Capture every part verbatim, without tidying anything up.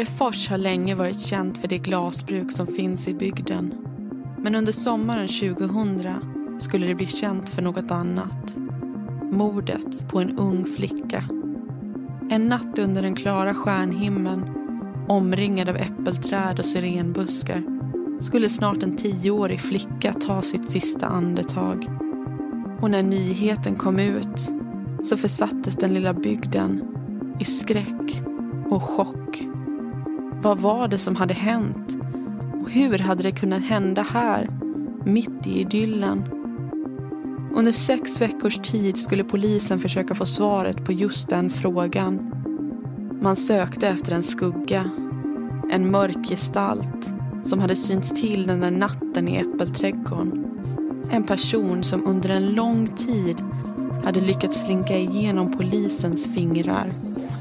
Orrefors har länge varit känt för det glasbruk som finns i bygden. Men under sommaren tjugohundra skulle det bli känt för något annat. Mordet på en ung flicka. En natt under den klara stjärnhimmeln, omringad av äppelträd och syrenbuskar, skulle snart en tioårig flicka ta sitt sista andetag. Och när nyheten kom ut så försattes den lilla bygden i skräck och chock. Vad var det som hade hänt? Och hur hade det kunnat hända här, mitt i idyllen? Under sex veckors tid skulle polisen försöka få svaret på just den frågan. Man sökte efter en skugga, en mörk gestalt som hade synts till den där natten i äppelträdgården. En person som under en lång tid hade lyckats slinka igenom polisens fingrar.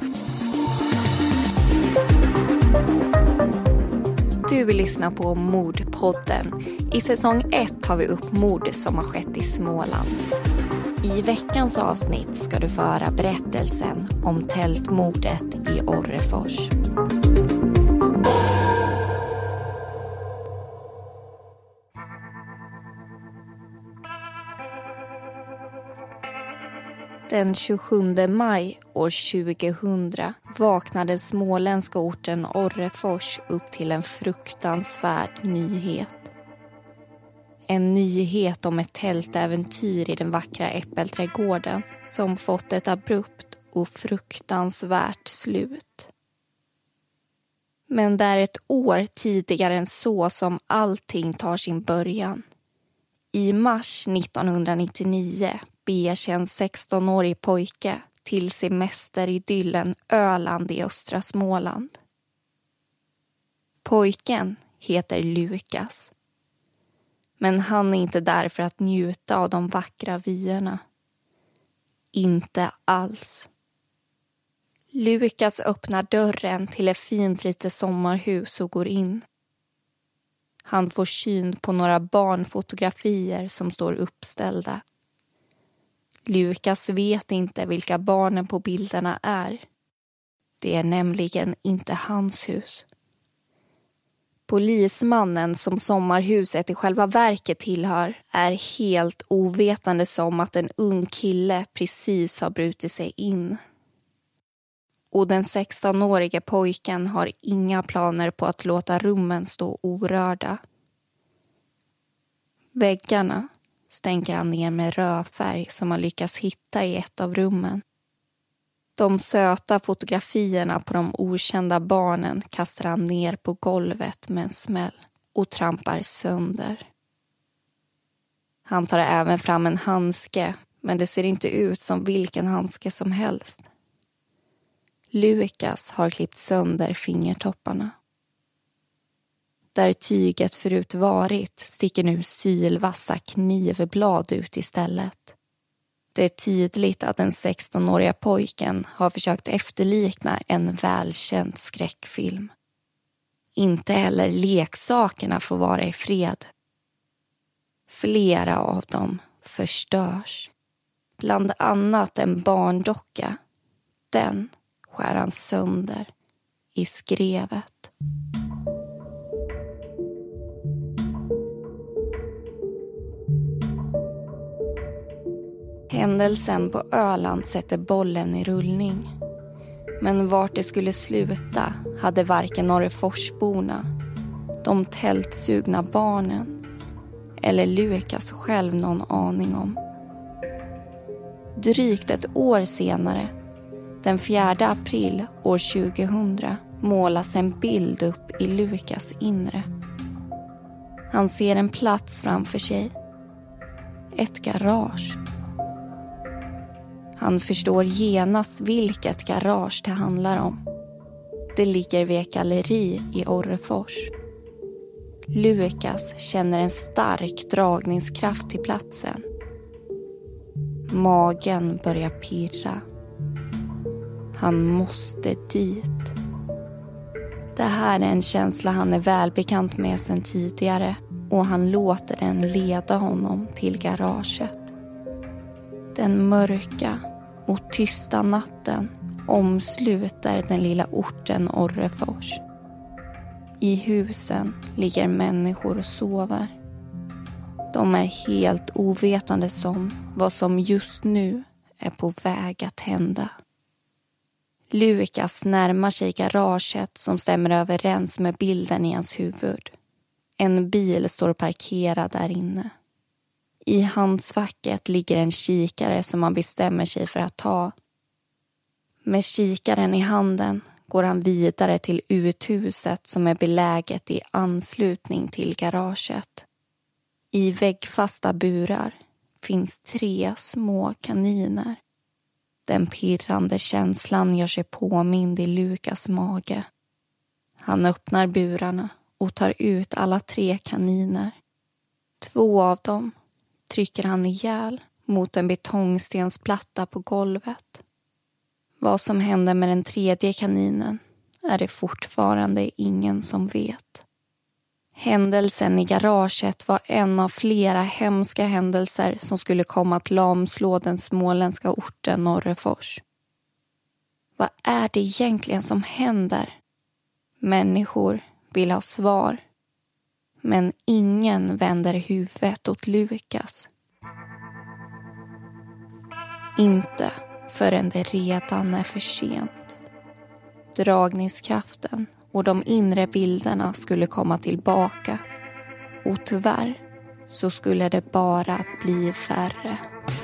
Du vill lyssna på Mordpodden. I säsong ett tar vi upp mord som har skett i Småland. I veckans avsnitt ska du få höra berättelsen om tältmordet i Orrefors. Den tjugosjunde maj år tjugohundra vaknade den småländska orten Orrefors upp till en fruktansvärd nyhet. En nyhet om ett tältäventyr i den vackra äppelträdgården som fått ett abrupt och fruktansvärt slut. Men det är ett år tidigare än så som allting tar sin början. I mars nittonhundranittionio beger sig en sextonårig pojke till semesteridyllen Öland i östra Småland. Pojken heter Lukas. Men han är inte där för att njuta av de vackra vyerna. Inte alls. Lukas öppnar dörren till ett fint litet sommarhus och går in. Han får syn på några barnfotografier som står uppställda. Lukas vet inte vilka barnen på bilderna är. Det är nämligen inte hans hus. Polismannen som sommarhuset i själva verket tillhör är helt ovetande som att en ung kille precis har brutit sig in. Och den sextonårige pojken har inga planer på att låta rummen stå orörda. Väggarna stänker han ner med rödfärg som han lyckas hitta i ett av rummen. De söta fotografierna på de okända barnen kastar han ner på golvet med en smäll och trampar sönder. Han tar även fram en handske, men det ser inte ut som vilken handske som helst. Lukas har klippt sönder fingertopparna. Där tyget förut varit sticker nu sylvassa knivblad ut istället. Det är tydligt att den sextonåriga pojken har försökt efterlikna en välkänd skräckfilm. Inte heller leksakerna får vara i fred. Flera av dem förstörs. Bland annat en barndocka. Den skär han sönder i skrevet. Händelsen på Öland sätter bollen i rullning. Men vart det skulle sluta hade varken Orreforsborna, de tältsugna barnen eller Lukas själv någon aning om. Drygt ett år senare, den fjärde april år tjugohundra, målas en bild upp i Lukas inre. Han ser en plats framför sig. Ett garage. Han förstår genast vilket garage det handlar om. Det ligger vid ett galleri i Orrefors. Lukas känner en stark dragningskraft till platsen. Magen börjar pirra. Han måste dit. Det här är en känsla han är välbekant med sedan tidigare och han låter den leda honom till garaget. Den mörka och tysta natten omsluter den lilla orten Orrefors I husen ligger människor och sover. De är helt ovetande om vad som just nu är på väg att hända. Lukas närmar sig garaget som stämmer överens med bilden i hans huvud. En bil står parkerad där inne. I handskfacket ligger en kikare som han bestämmer sig för att ta. Med kikaren i handen går han vidare till uthuset som är beläget i anslutning till garaget. I väggfasta burar finns tre små kaniner. Den pirrande känslan gör sig påmind i Lukas mage. Han öppnar burarna och tar ut alla tre kaniner. Två av dem trycker han ihjäl mot en betongstensplatta på golvet. Vad som händer med den tredje kaninen är det fortfarande ingen som vet. Händelsen i garaget var en av flera hemska händelser som skulle komma att lamslå den småländska orten Orrefors. Vad är det egentligen som händer? Människor vill ha svar. Men ingen vänder huvudet åt Lukas. Inte förrän det redan är för sent. Dragningskraften och de inre bilderna skulle komma tillbaka. Och tyvärr så skulle det bara bli färre.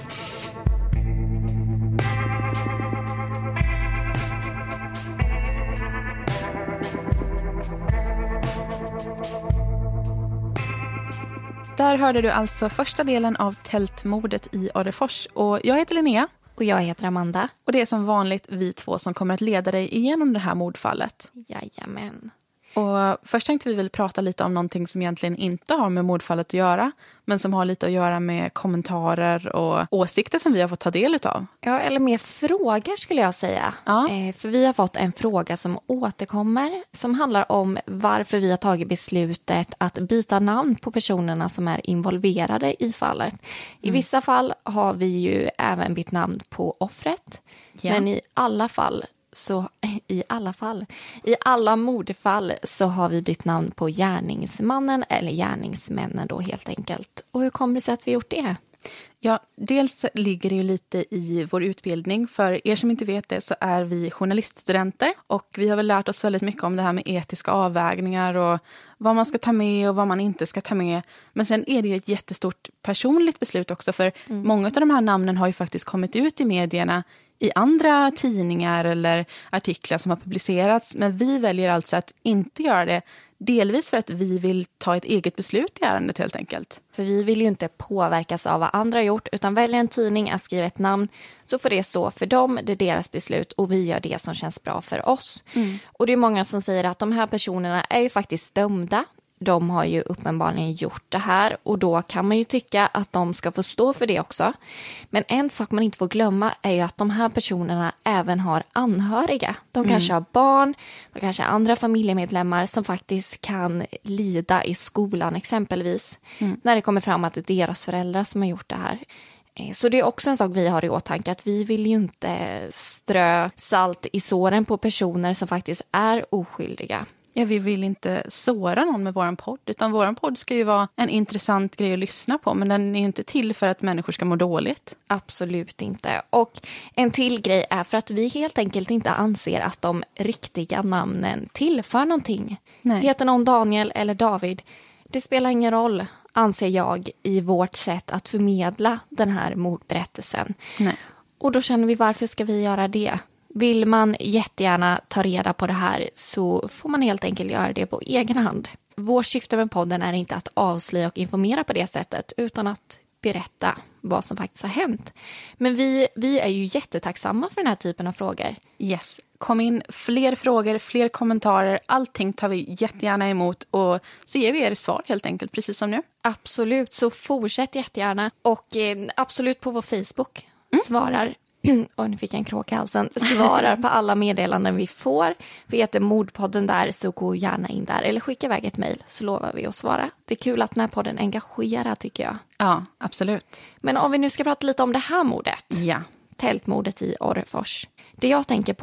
Där hörde du alltså första delen av tältmordet i Orrefors. Och jag heter Linnea. Och jag heter Amanda. Och det är som vanligt vi två som kommer att leda dig igenom det här mordfallet. Jajamän. Och först tänkte vi väl prata lite om någonting som egentligen inte har med mordfallet att göra. Men som har lite att göra med kommentarer och åsikter som vi har fått ta del av. Ja, eller mer frågor skulle jag säga. Ja. Eh, för vi har fått en fråga som återkommer. Som handlar om varför vi har tagit beslutet att byta namn på personerna som är involverade i fallet. I mm. vissa fall har vi ju även bytt namn på offret. Ja. Men i alla fall... Så i alla fall, i alla mordfall så har vi bytt namn på gärningsmannen eller gärningsmännen då helt enkelt. Och hur kommer det sig att vi gjort det? Ja, dels ligger det ju lite i vår utbildning. För er som inte vet det så är vi journaliststudenter. Och vi har väl lärt oss väldigt mycket om det här med etiska avvägningar och vad man ska ta med och vad man inte ska ta med. Men sen är det ju ett jättestort personligt beslut också. För mm. många av de här namnen har ju faktiskt kommit ut i medierna i andra tidningar eller artiklar som har publicerats. Men vi väljer alltså att inte göra det. Delvis för att vi vill ta ett eget beslut i ärendet helt enkelt. För vi vill ju inte påverkas av vad andra har gjort utan väljer en tidning att skriva ett namn så får det stå för dem, det är deras beslut och vi gör det som känns bra för oss. Mm. Och det är många som säger att de här personerna är ju faktiskt dömda. De har ju uppenbarligen gjort det här och då kan man ju tycka att de ska få stå för det också. Men en sak man inte får glömma är ju att de här personerna även har anhöriga. De mm. kanske har barn, de kanske har andra familjemedlemmar som faktiskt kan lida i skolan exempelvis. Mm. När det kommer fram att det är deras föräldrar som har gjort det här. Så det är också en sak vi har i åtanke att vi vill ju inte strö salt i såren på personer som faktiskt är oskyldiga. Ja, vi vill inte såra någon med våran podd, utan våran podd ska ju vara en intressant grej att lyssna på, men den är ju inte till för att människor ska må dåligt. Absolut inte. Och en till grej är för att vi helt enkelt inte anser att de riktiga namnen tillför någonting. Nej. Heter någon Daniel eller David, det spelar ingen roll, anser jag, i vårt sätt att förmedla den här mordberättelsen. Nej. Och då känner vi, varför ska vi göra det? Vill man jättegärna ta reda på det här så får man helt enkelt göra det på egen hand. Vår syfte med podden är inte att avslöja och informera på det sättet utan att berätta vad som faktiskt har hänt. Men vi, vi är ju jättetacksamma för den här typen av frågor. Yes, kom in fler frågor, fler kommentarer. Allting tar vi jättegärna emot och så ger vi er svar helt enkelt, precis som nu. Absolut, så fortsätt jättegärna. Och eh, absolut på vår Facebook mm. svarar... Och nu fick jag en kråka i halsen. Svarar på alla meddelanden vi får. Vi heter Mordpodden där, så gå gärna in där. Eller skicka iväg ett mejl så lovar vi att svara. Det är kul att den här podden engagerar tycker jag. Ja, absolut. Men om vi nu ska prata lite om det här mordet. Ja. Tältmordet i Orrefors. Det jag tänker på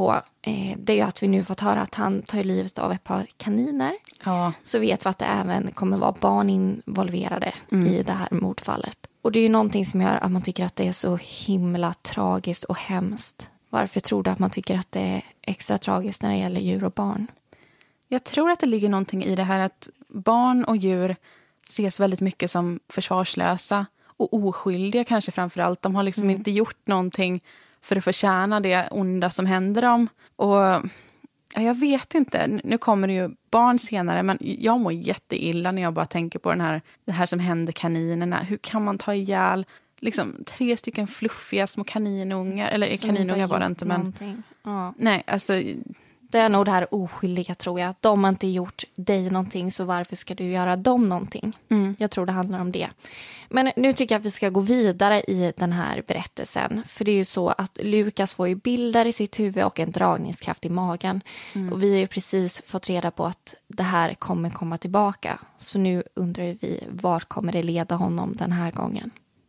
eh, det är ju att vi nu fått höra att han tar livet av ett par kaniner. Ja. Så vet vi att det även kommer vara barn involverade mm. i det här mordfallet. Och det är ju någonting som gör att man tycker att det är så himla tragiskt och hemskt. Varför tror du att man tycker att det är extra tragiskt när det gäller djur och barn? Jag tror att det ligger någonting i det här att barn och djur ses väldigt mycket som försvarslösa och oskyldiga kanske framförallt. De har liksom mm. inte gjort någonting för att förtjäna det onda som händer dem. Och ja, jag vet inte, nu kommer det ju barn senare, men jag mår jätteilla när jag bara tänker på den här, det här som händer kaninerna. Hur kan man ta ihjäl liksom tre stycken fluffiga små kaninungar, eller som kaninungar var det inte, men ja. Nej, alltså det är nog det här oskyldiga, tror jag. De har inte gjort dig någonting, så varför ska du göra dem någonting? Mm. Jag tror det handlar om det. Men nu tycker jag att vi ska gå vidare i den här berättelsen. För det är ju så att Lukas får ju bilder i sitt huvud och en dragningskraft i magen. Mm. Och vi har ju precis fått reda på att det här kommer komma tillbaka. Så nu undrar vi, vart kommer det leda honom den här gången?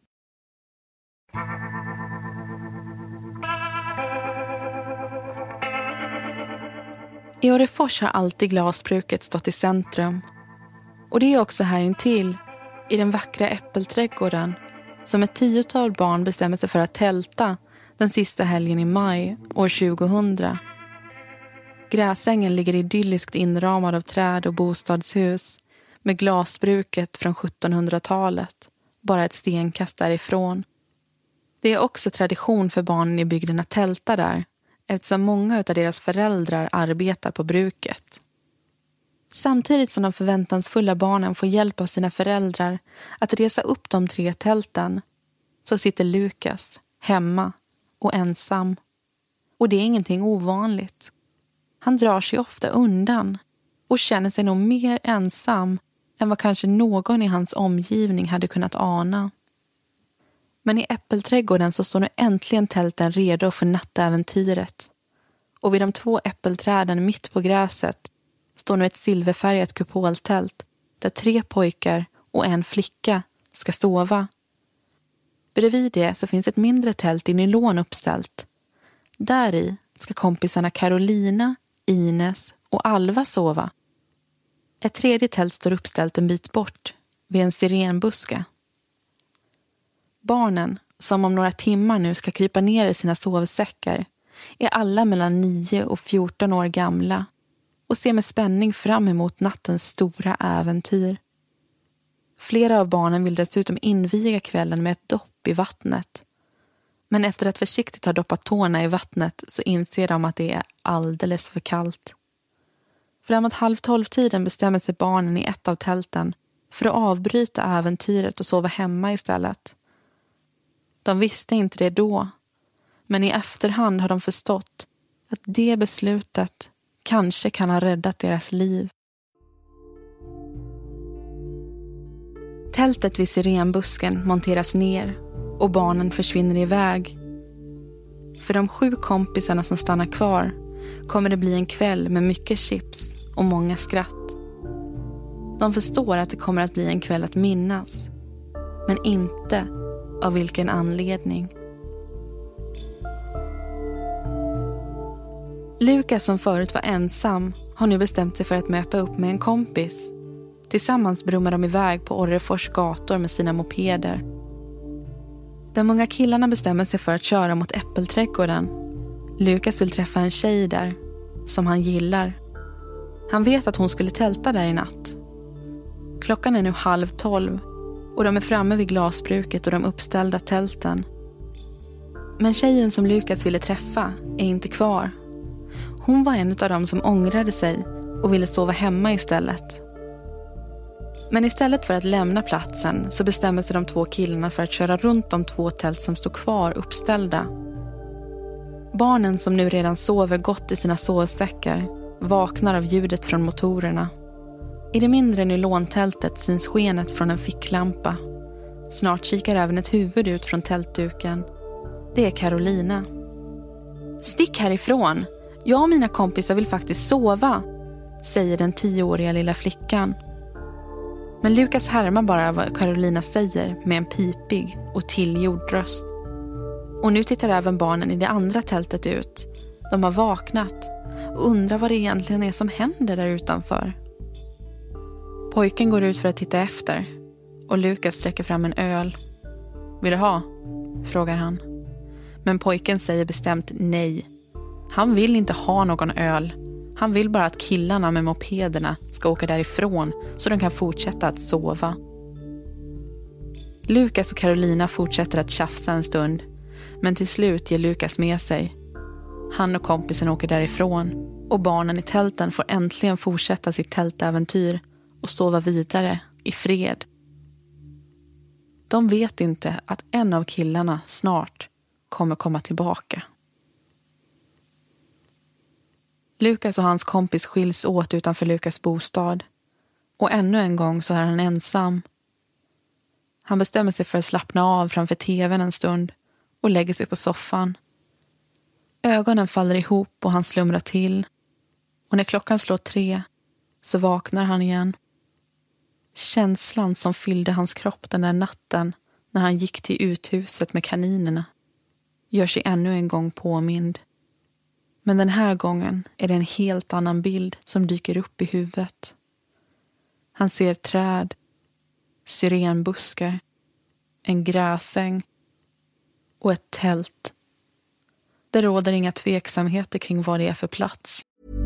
I Orrefors har alltid glasbruket stått i centrum. Och det är också här intill, i den vackra äppelträdgården, som ett tiotal barn bestämmer sig för att tälta den sista helgen i maj år tjugohundra. Gräsängen ligger idylliskt inramad av träd och bostadshus med glasbruket från sjuttonhundratalet, bara ett stenkast därifrån. Det är också tradition för barnen i bygden att tälta där, eftersom många av deras föräldrar arbetar på bruket. Samtidigt som de förväntansfulla barnen får hjälp av sina föräldrar att resa upp de tre tälten, så sitter Lukas hemma och ensam. Och det är ingenting ovanligt. Han drar sig ofta undan och känner sig nog mer ensam än vad kanske någon i hans omgivning hade kunnat ana. Men i äppelträdgården så står nu äntligen tälten redo för nattäventyret. Och vid de två äppelträden mitt på gräset står nu ett silverfärgat kupoltält där tre pojkar och en flicka ska sova. Bredvid det så finns ett mindre tält i nylon uppställt. Där i ska kompisarna Carolina, Ines och Alva sova. Ett tredje tält står uppställt en bit bort vid en syrenbuska. Barnen, som om några timmar nu ska krypa ner i sina sovsäckar, är alla mellan nio och fjorton år gamla och ser med spänning fram emot nattens stora äventyr. Flera av barnen vill dessutom inviga kvällen med ett dopp i vattnet. Men efter att försiktigt ha doppat tårna i vattnet så inser de att det är alldeles för kallt. Framåt halv tolv-tiden bestämmer sig barnen i ett av tälten för att avbryta äventyret och sova hemma istället. De visste inte det då, men i efterhand har de förstått att det beslutet kanske kan ha räddat deras liv. Tältet vid syrenbusken monteras ner och barnen försvinner iväg. För de sju kompisarna som stannar kvar kommer det bli en kväll med mycket chips och många skratt. De förstår att det kommer att bli en kväll att minnas, men inte av vilken anledning. Lukas, som förut var ensam, har nu bestämt sig för att möta upp med en kompis. Tillsammans brummar de iväg på Orrefors gator med sina mopeder. De unga killarna bestämmer sig för att köra mot äppelträdgården. Lukas vill träffa en tjej där, som han gillar. Han vet att hon skulle tälta där i natt. Klockan är nu halv tolv och de är framme vid glasbruket och de uppställda tälten. Men tjejen som Lukas ville träffa är inte kvar. Hon var en av dem som ångrade sig och ville sova hemma istället. Men istället för att lämna platsen så bestämmer sig de två killarna för att köra runt de två tält som står kvar uppställda. Barnen, som nu redan sover gott i sina sovsäckar, vaknar av ljudet från motorerna. I det mindre nylontältet syns skenet från en ficklampa. Snart kikar även ett huvud ut från tältduken. Det är Carolina. Stick härifrån! Jag och mina kompisar vill faktiskt sova, säger den tioåriga lilla flickan. Men Lukas härmar bara vad Carolina säger med en pipig och tillgjord röst. Och nu tittar även barnen i det andra tältet ut. De har vaknat och undrar vad det egentligen är som händer där utanför. Pojken går ut för att titta efter och Lukas sträcker fram en öl. Vill du ha? Frågar han. Men pojken säger bestämt nej. Han vill inte ha någon öl. Han vill bara att killarna med mopederna ska åka därifrån så de kan fortsätta att sova. Lukas och Carolina fortsätter att tjafsa en stund, men till slut ger Lukas med sig. Han och kompisen åker därifrån och barnen i tälten får äntligen fortsätta sitt tältäventyr och sova vidare i fred. De vet inte att en av killarna snart kommer komma tillbaka. Lukas och hans kompis skiljs åt utanför Lukas bostad. Och ännu en gång så är han ensam. Han bestämmer sig för att slappna av framför tvn en stund och lägger sig på soffan. Ögonen faller ihop och han slumrar till. Och när klockan slår tre så vaknar han igen. Känslan som fyllde hans kropp den där natten när han gick till uthuset med kaninerna gör sig ännu en gång påmind. Men den här gången är det en helt annan bild som dyker upp i huvudet. Han ser träd, syrenbuskar, en gräsäng och ett tält. Det råder inga tveksamheter kring vad det är för plats.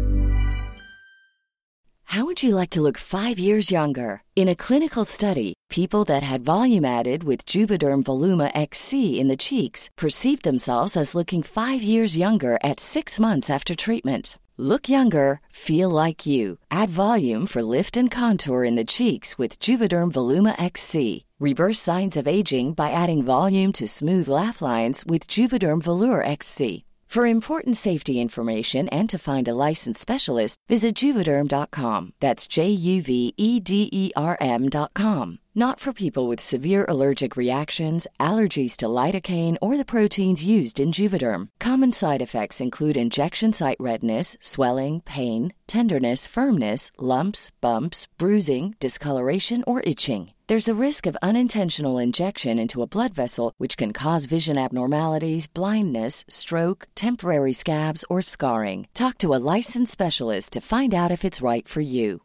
How would you like to look five years younger? In a clinical study, people that had volume added with Juvederm Voluma X C in the cheeks perceived themselves as looking five years younger at six months after treatment. Look younger, feel like you. Add volume for lift and contour in the cheeks with Juvederm Voluma X C. Reverse signs of aging by adding volume to smooth laugh lines with Juvederm Volure X C. For important safety information and to find a licensed specialist, visit Juvederm dot com. That's J U V E D E R M dot com. Not for people with severe allergic reactions, allergies to lidocaine, or the proteins used in Juvederm. Common side effects include injection site redness, swelling, pain, tenderness, firmness, lumps, bumps, bruising, discoloration, or itching. There's a risk of unintentional injection into a blood vessel, which can cause vision abnormalities, blindness, stroke, temporary scabs, or scarring. Talk to a licensed specialist to find out if it's right for you.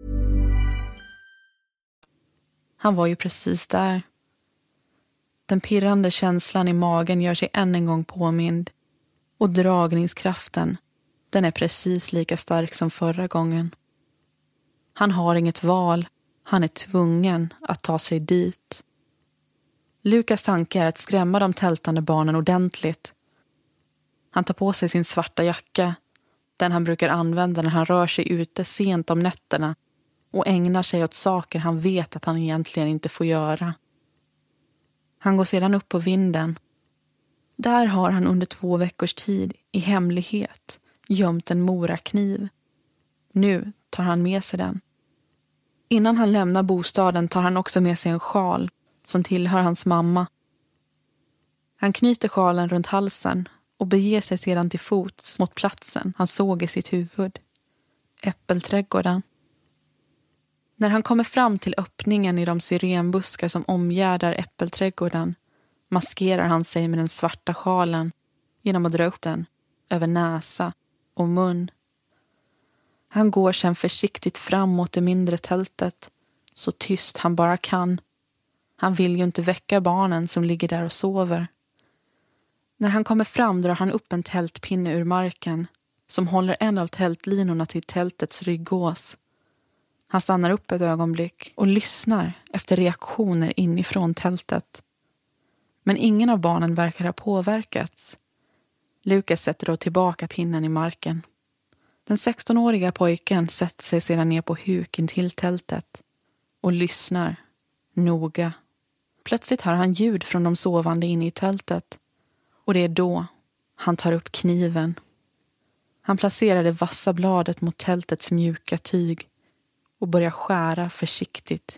Han var ju precis där. Den pirrande känslan i magen gör sig än en gång påmind. Och dragningskraften, den är precis lika stark som förra gången. Han har inget val. Han är tvungen att ta sig dit. Lukas tanke är att skrämma de tältande barnen ordentligt. Han tar på sig sin svarta jacka, den han brukar använda när han rör sig ute sent om nätterna och ägnar sig åt saker han vet att han egentligen inte får göra. Han går sedan upp på vinden. Där har han under två veckors tid i hemlighet gömt en morakniv. Nu tar han med sig den. Innan han lämnar bostaden tar han också med sig en sjal som tillhör hans mamma. Han knyter sjalen runt halsen och beger sig sedan till fots mot platsen han såg i sitt huvud. Äppelträdgården. När han kommer fram till öppningen i de syrenbuskar som omgärdar äppelträdgården maskerar han sig med den svarta sjalen genom att dra upp den över näsa och mun. Han går sedan försiktigt fram mot det mindre tältet, så tyst han bara kan. Han vill ju inte väcka barnen som ligger där och sover. När han kommer fram drar han upp en tältpinne ur marken som håller en av tältlinorna till tältets ryggås. Han stannar upp ett ögonblick och lyssnar efter reaktioner inifrån tältet. Men ingen av barnen verkar ha påverkats. Lukas sätter då tillbaka pinnen i marken. Den sextonåriga pojken sätter sig sedan ner på huk in till tältet och lyssnar noga. Plötsligt hör han ljud från de sovande inne i tältet och det är då han tar upp kniven. Han placerar det vassa bladet mot tältets mjuka tyg och börjar skära försiktigt.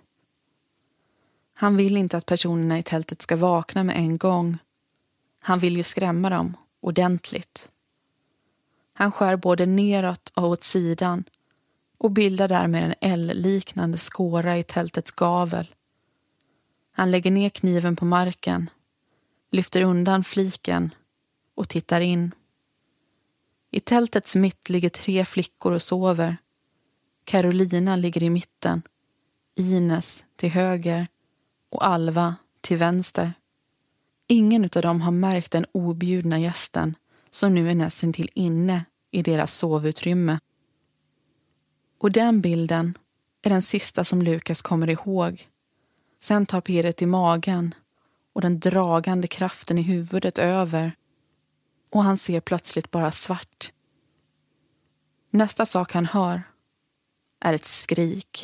Han vill inte att personerna i tältet ska vakna med en gång. Han vill ju skrämma dem ordentligt. Han skär både neråt och åt sidan och bildar därmed en L-liknande skåra i tältets gavel. Han lägger ner kniven på marken, lyfter undan fliken och tittar in. I tältets mitt ligger tre flickor och sover. Carolina ligger i mitten, Ines till höger och Alva till vänster. Ingen av dem har märkt den objudna gästen som nu är nästan till inne i deras sovutrymme. Och den bilden är den sista som Lukas kommer ihåg. Sen tar pirret i magen och den dragande kraften i huvudet över. Och han ser plötsligt bara svart. Nästa sak han hör är ett skrik.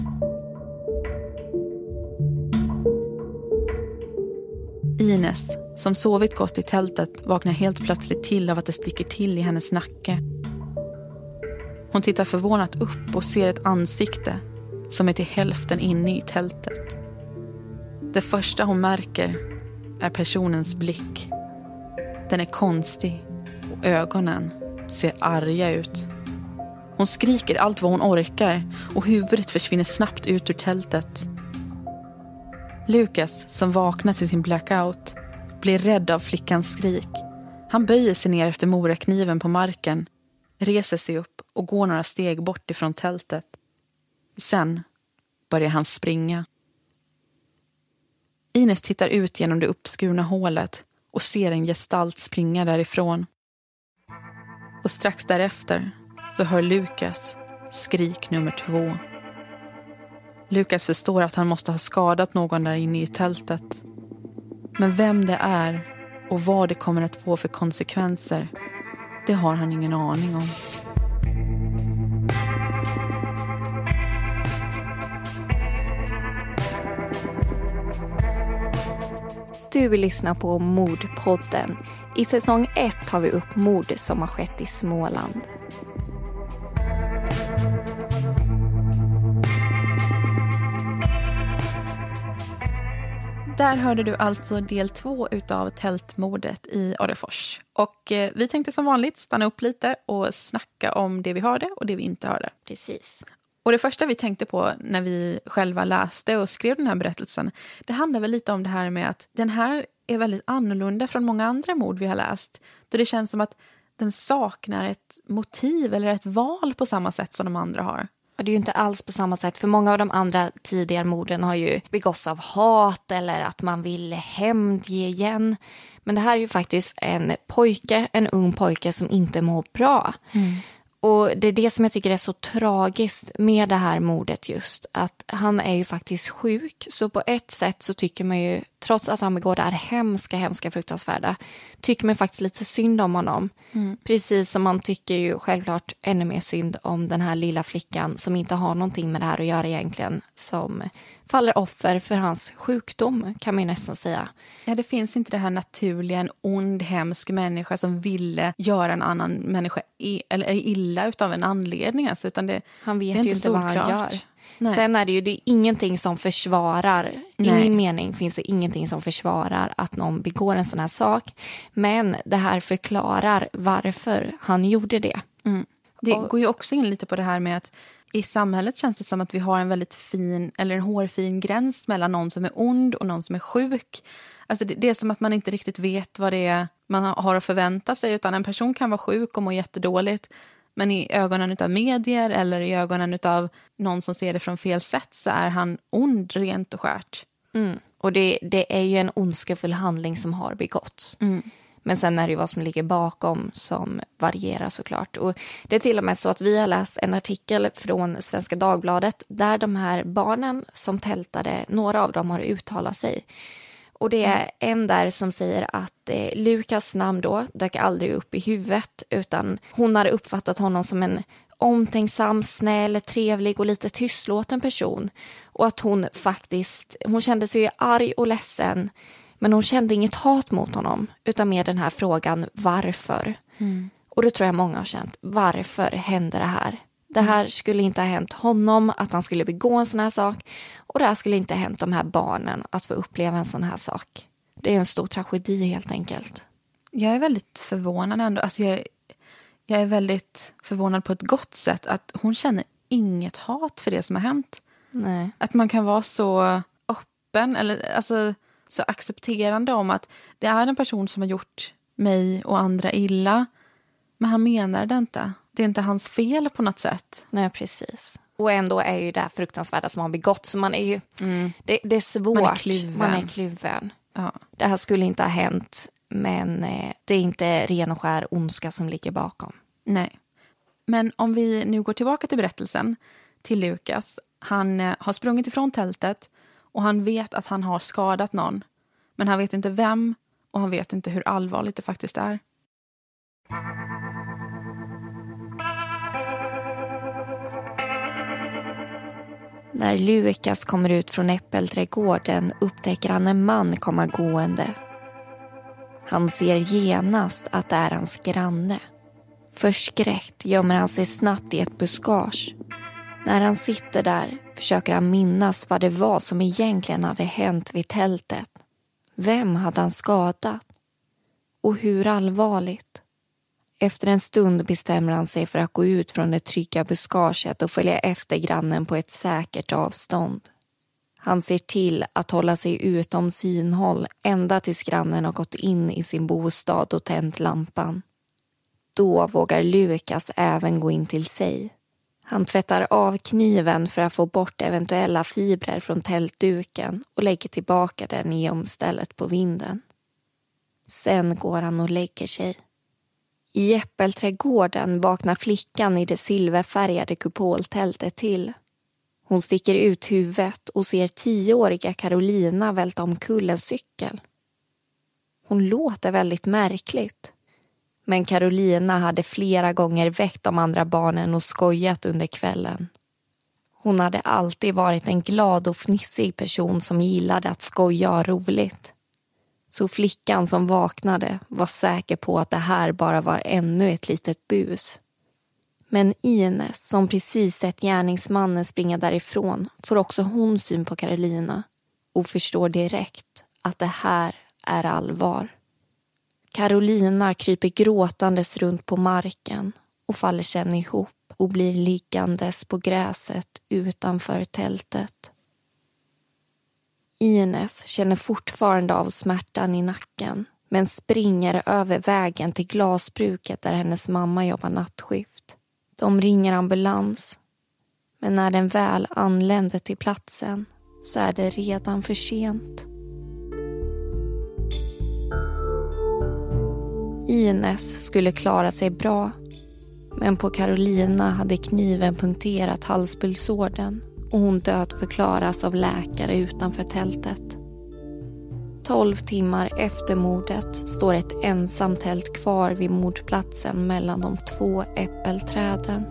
Ines, som sovit gott i tältet, vaknar helt plötsligt till av att det sticker till i hennes nacke. Hon tittar förvånat upp och ser ett ansikte som är till hälften inne i tältet. Det första hon märker är personens blick. Den är konstig och ögonen ser arga ut. Hon skriker allt vad hon orkar och huvudet försvinner snabbt ut ur tältet. Lukas, som vaknar till sin blackout, blir rädd av flickans skrik. Han böjer sig ner efter morakniven på marken, reser sig upp och går några steg bort ifrån tältet. Sen börjar han springa. Ines tittar ut genom det uppskurna hålet och ser en gestalt springa därifrån. Och strax därefter så hör Lukas skrik nummer två. Lukas förstår att han måste ha skadat någon där inne i tältet. Men vem det är och vad det kommer att få för konsekvenser, det har han ingen aning om. Du vill lyssna på Mordpodden. I säsong ett tar vi upp mord som har skett i Småland. Där hörde du alltså del två utav tältmordet i Orrefors. Och eh, vi tänkte som vanligt stanna upp lite och snacka om det vi hörde och det vi inte hörde. Precis. Och det första vi tänkte på när vi själva läste och skrev den här berättelsen, det handlar väl lite om det här med att den här är väldigt annorlunda från många andra mord vi har läst. Då det känns som att den saknar ett motiv eller ett val på samma sätt som de andra har. Och det är ju inte alls på samma sätt, för många av de andra tidigare morden har ju begåtts av hat eller att man vill hämndge igen. Men det här är ju faktiskt en pojke, en ung pojke som inte mår bra. Mm. Och det är det som jag tycker är så tragiskt med det här mordet just. Att han är ju faktiskt sjuk. Så på ett sätt så tycker man ju, trots att han begår det här hemska, hemska, fruktansvärda, tycker man faktiskt lite synd om honom. Mm. Precis som man tycker ju självklart ännu mer synd om den här lilla flickan som inte har någonting med det här att göra egentligen. Som faller offer för hans sjukdom, kan man ju nästan säga. Ja, det finns inte det här naturliga, en ond, hemsk människa som ville göra en annan människa i, eller illa utav en anledning. Alltså, utan det, han vet det är ju inte, inte vad han gör. Nej. Sen är det ju det är ingenting som försvarar, Nej. i min mening finns det ingenting som försvarar att någon begår en sån här sak. Men det här förklarar varför han gjorde det. Mm. Det och, går ju också in lite på det här med att i samhället känns det som att vi har en väldigt fin eller en hårfin gräns mellan någon som är ond och någon som är sjuk. Alltså det, det är som att man inte riktigt vet vad det är man har att förvänta sig, utan en person kan vara sjuk och må jättedåligt, men i ögonen av medier eller i ögonen av någon som ser det från fel sätt så är han ond rent och skärt. Mm. Och det, det är ju en ondskefull handling som har begåtts. Mm. Men sen är det ju vad som ligger bakom som varierar såklart. Och det är till och med så att vi har läst en artikel från Svenska Dagbladet där de här barnen som tältade, några av dem har uttalat sig. Och det är en där som säger att eh, Lukas namn då dök aldrig upp i huvudet, utan hon hade uppfattat honom som en omtänksam, snäll, trevlig och lite tystlåten person. Och att hon faktiskt, hon kände sig arg och ledsen, men hon kände inget hat mot honom, utan mer den här frågan varför. Mm. Och det tror jag många har känt. Varför hände det här? Det här skulle inte ha hänt honom, att han skulle begå en sån här sak. Och det här skulle inte ha hänt de här barnen, att få uppleva en sån här sak. Det är en stor tragedi helt enkelt. Jag är väldigt förvånad ändå. Alltså jag, jag är väldigt förvånad på ett gott sätt att hon känner inget hat för det som har hänt. Nej. Att man kan vara så öppen eller alltså så accepterande om att det är en person som har gjort mig och andra illa. Men han menar det inte. Det är inte hans fel på något sätt. Nej, precis. Och ändå är ju det här fruktansvärda som har begått. Så man är ju... Mm. Det, det är svårt. Man är kluven. Man är kluven. Ja. Det här skulle inte ha hänt. Men eh, det är inte ren och skär ondska som ligger bakom. Nej. Men om vi nu går tillbaka till berättelsen. Till Lukas. Han eh, har sprungit ifrån tältet. Och han vet att han har skadat någon. Men han vet inte vem. Och han vet inte hur allvarligt det faktiskt är. När Lukas kommer ut från äppelträdgården upptäcker han en man komma gående. Han ser genast att det är hans granne. Förskräckt gömmer han sig snabbt i ett buskage. När han sitter där försöker han minnas vad det var som egentligen hade hänt vid tältet. Vem hade han skadat? Och hur allvarligt? Efter en stund bestämmer han sig för att gå ut från det trygga buskaget och följa efter grannen på ett säkert avstånd. Han ser till att hålla sig utom synhåll ända tills grannen har gått in i sin bostad och tänt lampan. Då vågar Lukas även gå in till sig. Han tvättar av kniven för att få bort eventuella fibrer från tältduken och lägger tillbaka den i omstället på vinden. Sen går han och lägger sig. I äppelträdgården vaknar flickan i det silverfärgade kupoltältet till. Hon sticker ut huvudet och ser tioåriga Carolina välta omkull en cykel. Hon låter väldigt märkligt. Men Carolina hade flera gånger väckt de andra barnen och skojat under kvällen. Hon hade alltid varit en glad och fnissig person som gillade att skoja och roligt. Så flickan som vaknade var säker på att det här bara var ännu ett litet bus. Men Ines, som precis sett gärningsmannen springa därifrån, får också hon syn på Carolina och förstår direkt att det här är allvar. Carolina kryper gråtandes runt på marken och faller sen ihop och blir liggandes på gräset utanför tältet. Ines känner fortfarande av smärtan i nacken men springer över vägen till glasbruket där hennes mamma jobbar nattskift. De ringer ambulans, men när den väl anländer till platsen så är det redan för sent. Ines skulle klara sig bra, men på Carolina hade kniven punkterat halspulsådern och hon dödförklaras av läkare utanför tältet. Tolv timmar efter mordet står ett ensamt tält kvar vid mordplatsen mellan de två äppelträden.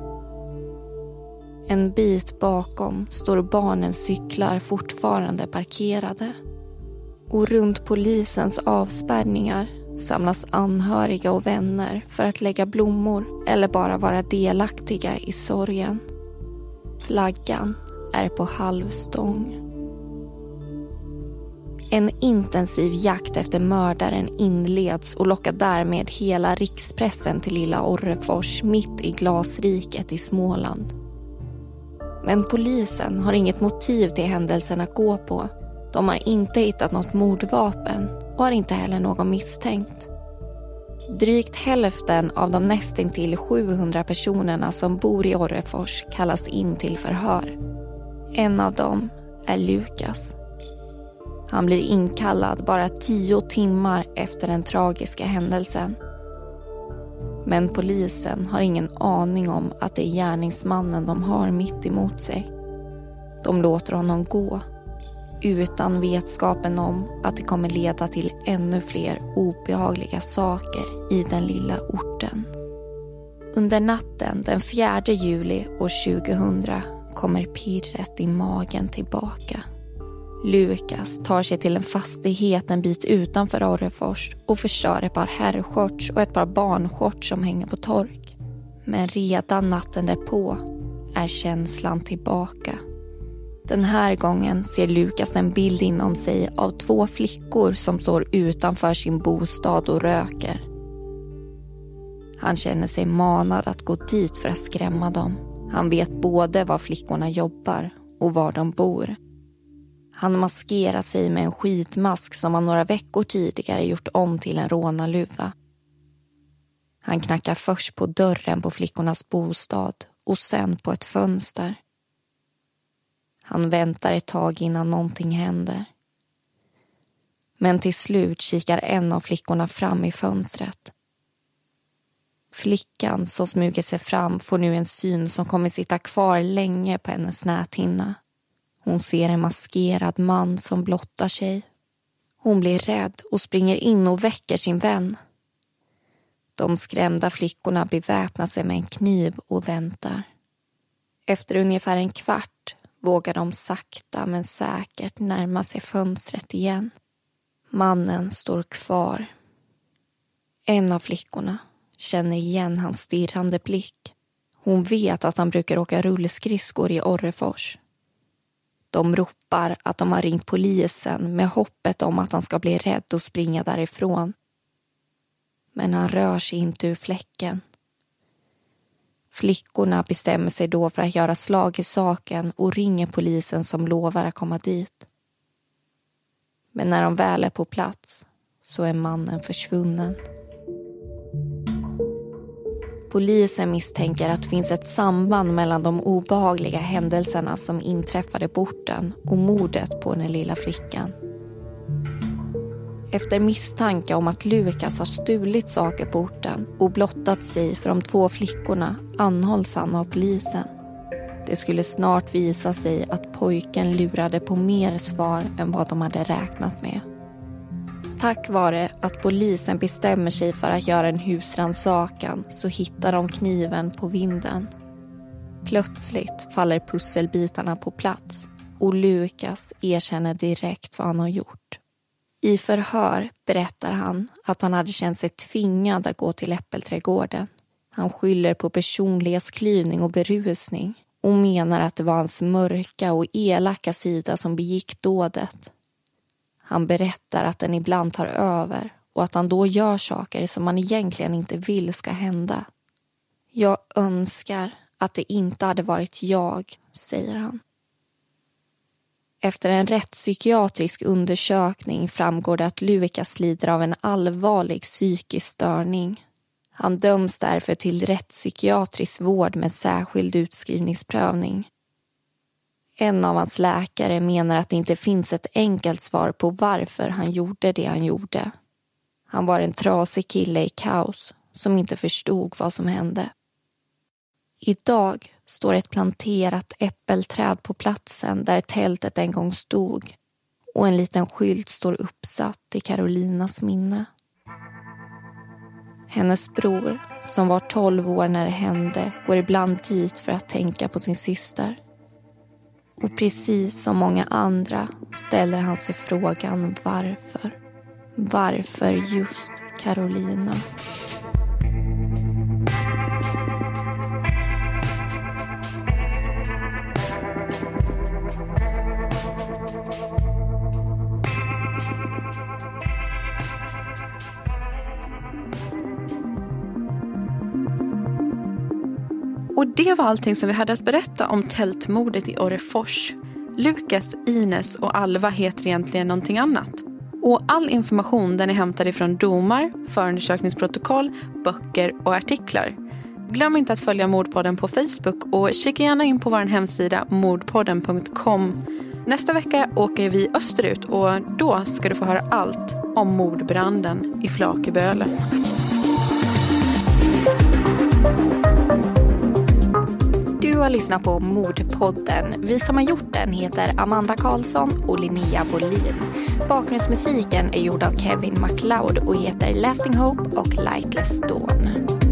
En bit bakom står barnens cyklar fortfarande parkerade. Och runt polisens avspärrningar samlas anhöriga och vänner för att lägga blommor eller bara vara delaktiga i sorgen. Flaggan är på halvstång. En intensiv jakt efter mördaren inleds och lockar därmed hela rikspressen till lilla Orrefors mitt i glasriket i Småland. Men polisen har inget motiv till händelsen att gå på. De har inte hittat något mordvapen och har inte heller någon misstänkt. Drygt hälften av de nästintill sjuhundra personerna som bor i Orrefors kallas in till förhör. En av dem är Lukas. Han blir inkallad bara tio timmar efter den tragiska händelsen. Men polisen har ingen aning om att det är gärningsmannen de har mitt emot sig. De låter honom gå utan vetskapen om att det kommer leda till ännu fler obehagliga saker i den lilla orten. Under natten den fjärde juli år tjugohundra kommer pirret i magen tillbaka. Lukas tar sig till en fastighet en bit utanför Orrefors och förstör ett par herrshorts och ett par barnshorts som hänger på tork. Men redan natten därpå är känslan tillbaka. Den här gången ser Lukas en bild inom sig av två flickor som står utanför sin bostad och röker. Han känner sig manad att gå dit för att skrämma dem. Han vet både var flickorna jobbar och var de bor. Han maskerar sig med en skidmask som han några veckor tidigare gjort om till en rånarluva. Han knackar först på dörren på flickornas bostad och sen på ett fönster. Han väntar ett tag innan någonting händer. Men till slut kikar en av flickorna fram i fönstret. Flickan som smyger sig fram får nu en syn som kommer sitta kvar länge på hennes näthinna. Hon ser en maskerad man som blottar sig. Hon blir rädd och springer in och väcker sin vän. De skrämda flickorna beväpnar sig med en kniv och väntar. Efter ungefär en kvart vågar de sakta men säkert närma sig fönstret igen. Mannen står kvar. En av flickorna känner igen hans stirrande blick. Hon vet att han brukar åka rullskridskor i Orrefors. De ropar att de har ringt polisen med hoppet om att han ska bli rädd och springa därifrån. Men han rör sig inte ur fläcken. Flickorna bestämmer sig då för att göra slag i saken och ringer polisen som lovar att komma dit. Men när de väl är på plats så är mannen försvunnen. Polisen misstänker att det finns ett samband mellan de obehagliga händelserna som inträffade på orten och mordet på den lilla flickan. Efter misstanke om att Lukas har stulit saker på orten och blottat sig för de två flickorna anhålls han av polisen. Det skulle snart visa sig att pojken lurade på mer svar än vad de hade räknat med. Tack vare att polisen bestämmer sig för att göra en husrannsakan så hittar de kniven på vinden. Plötsligt faller pusselbitarna på plats och Lukas erkänner direkt vad han har gjort. I förhör berättar han att han hade känt sig tvingad att gå till äppelträdgården. Han skyller på personlighetsklyvning och berusning och menar att det var hans mörka och elaka sida som begick dådet. Han berättar att den ibland tar över och att han då gör saker som man egentligen inte vill ska hända. Jag önskar att det inte hade varit jag, säger han. Efter en rättspsykiatrisk undersökning framgår det att Lukas lider av en allvarlig psykisk störning. Han döms därför till rättspsykiatrisk vård med särskild utskrivningsprövning. En av hans läkare menar att det inte finns ett enkelt svar på varför han gjorde det han gjorde. Han var en trasig kille i kaos som inte förstod vad som hände. Idag står ett planterat äppelträd på platsen där tältet en gång stod och en liten skylt står uppsatt i Carolinas minne. Hennes bror, som var tolv år när det hände, går ibland dit för att tänka på sin syster. Och precis som många andra ställer han sig frågan varför. Varför just Carolina? Och det var allting som vi hade att berätta om tältmordet i Orrefors. Lukas, Ines och Alva heter egentligen någonting annat. Och all information den är hämtad ifrån domar, förundersökningsprotokoll, böcker och artiklar. Glöm inte att följa Mordpodden på Facebook och kika gärna in på vår hemsida mordpodden punkt com. Nästa vecka åker vi österut och då ska du få höra allt om mordbranden i Flakeböle. Du har lyssnat på Mordpodden. Vi som har gjort den heter Amanda Karlsson och Linnea Bolin. Bakgrundsmusiken är gjord av Kevin MacLeod och heter Lasting Hope och Lightless Dawn.